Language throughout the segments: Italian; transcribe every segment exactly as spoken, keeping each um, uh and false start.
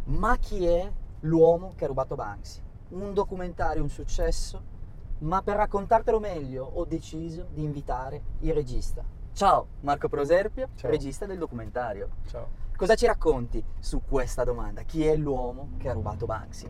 Ma chi è l'uomo che ha rubato Banksy? Un documentario, un successo, ma per raccontartelo meglio ho deciso di invitare il regista. Ciao, Marco Proserpio, Ciao. regista del documentario. Ciao. Cosa ci racconti su questa domanda? Chi è l'uomo che ha rubato Banksy?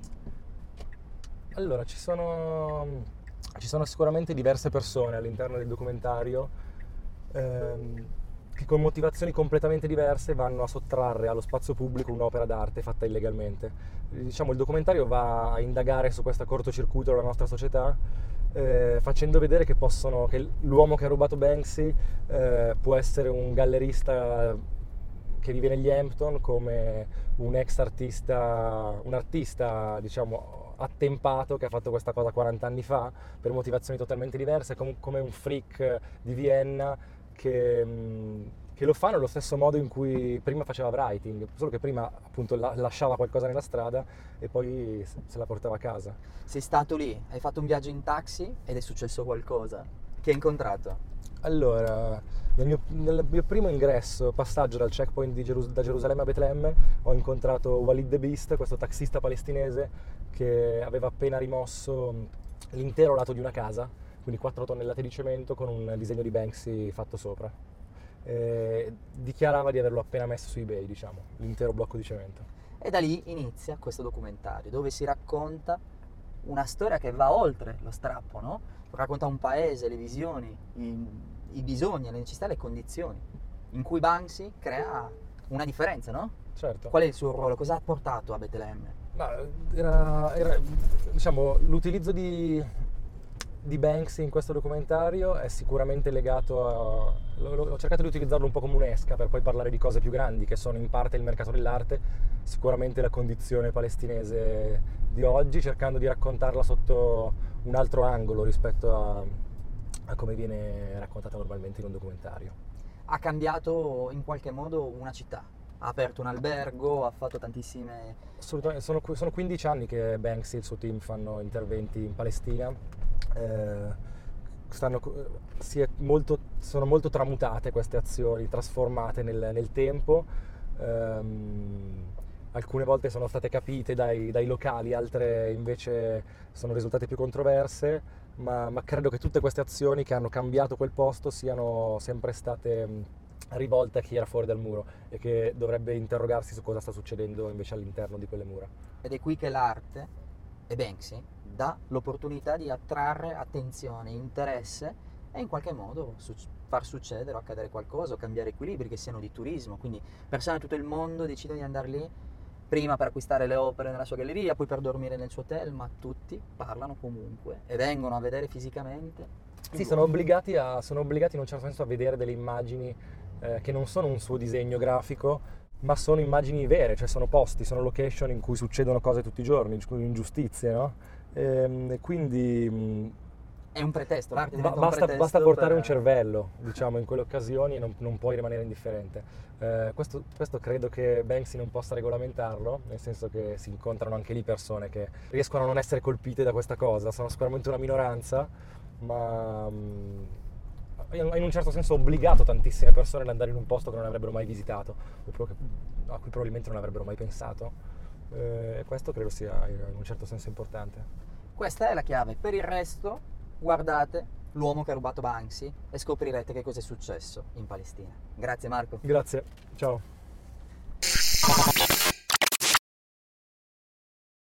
Allora, ci sono, ci sono sicuramente diverse persone all'interno del documentario ehm, che con motivazioni completamente diverse vanno a sottrarre allo spazio pubblico un'opera d'arte fatta illegalmente. Diciamo, il documentario va a indagare su questo cortocircuito della nostra società, eh, facendo vedere che, possono, che l'uomo che ha rubato Banksy eh, può essere un gallerista che vive negli Hampton, come un ex artista, un artista diciamo attempato che ha fatto questa cosa quaranta anni fa per motivazioni totalmente diverse, com- come un freak di Vienna che, mh, che lo fa nello stesso modo in cui prima faceva writing, solo che prima appunto la- lasciava qualcosa nella strada e poi se se la portava a casa. Sei stato lì, hai fatto un viaggio in taxi ed è successo qualcosa. Chi hai incontrato? Allora, nel mio, nel mio primo ingresso, passaggio dal checkpoint di Gerus- da Gerusalemme a Betlemme, ho incontrato Walid the Beast, questo taxista palestinese che aveva appena rimosso l'intero lato di una casa, quindi quattro tonnellate di cemento con un disegno di Banksy fatto sopra. E dichiarava di averlo appena messo su eBay, diciamo, l'intero blocco di cemento. E da lì inizia questo documentario dove si racconta una storia che va oltre lo strappo, no? Racconta un paese, le visioni, i, i bisogni, le necessità, le condizioni in cui Banksy crea una differenza, no? Certo. Qual è il suo ruolo? Cosa ha portato a Betlemme? Ma era, era, diciamo, l'utilizzo di, di Banksy in questo documentario è sicuramente legato a... lo- lo- Ho cercato di utilizzarlo un po' come un'esca per poi parlare di cose più grandi, che sono in parte il mercato dell'arte, sicuramente la condizione palestinese di oggi, cercando di raccontarla sotto un altro angolo rispetto a, a come viene raccontata normalmente in un documentario. Ha cambiato in qualche modo una città, ha aperto un albergo, ha fatto tantissime... Assolutamente, sono, sono quindici anni che Banksy e il suo team fanno interventi in Palestina. Eh, stanno, si è molto, sono molto tramutate queste azioni, trasformate nel, nel tempo. Ehm, alcune volte sono state capite dai, dai locali, altre invece sono risultate più controverse, ma, ma credo che tutte queste azioni che hanno cambiato quel posto siano sempre state mh, rivolte a chi era fuori dal muro e che dovrebbe interrogarsi su cosa sta succedendo invece all'interno di quelle mura. Ed è qui che l'arte, e Banksy, dà l'opportunità di attrarre attenzione, interesse e in qualche modo su- far succedere o accadere qualcosa o cambiare equilibri che siano di turismo. Quindi persone da tutto il mondo decidono di andare lì prima per acquistare le opere nella sua galleria, poi per dormire nel suo hotel, ma tutti parlano comunque e vengono a vedere fisicamente. Sì, sono obbligati, a, sono obbligati in un certo senso a vedere delle immagini eh, che non sono un suo disegno grafico, ma sono immagini vere, cioè sono posti, sono location in cui succedono cose tutti i giorni, ingiustizie, no? Ehm, E, quindi mh, È un pretesto, l'arte ba- diventa un basta, pretesto basta portare per... un cervello, diciamo, in quelle occasioni e non, non puoi rimanere indifferente. Eh, questo, questo credo che Banksy non possa regolamentarlo, nel senso che si incontrano anche lì persone che riescono a non essere colpite da questa cosa, sono sicuramente una minoranza, ma mh, ha in un certo senso obbligato tantissime persone ad andare in un posto che non avrebbero mai visitato, oppure che- a cui probabilmente non avrebbero mai pensato. Eh, E questo credo sia in un certo senso importante. Questa è la chiave. Per il resto, guardate l'uomo che ha rubato Banksy e scoprirete che cosa è successo in Palestina. Grazie Marco. Grazie, ciao.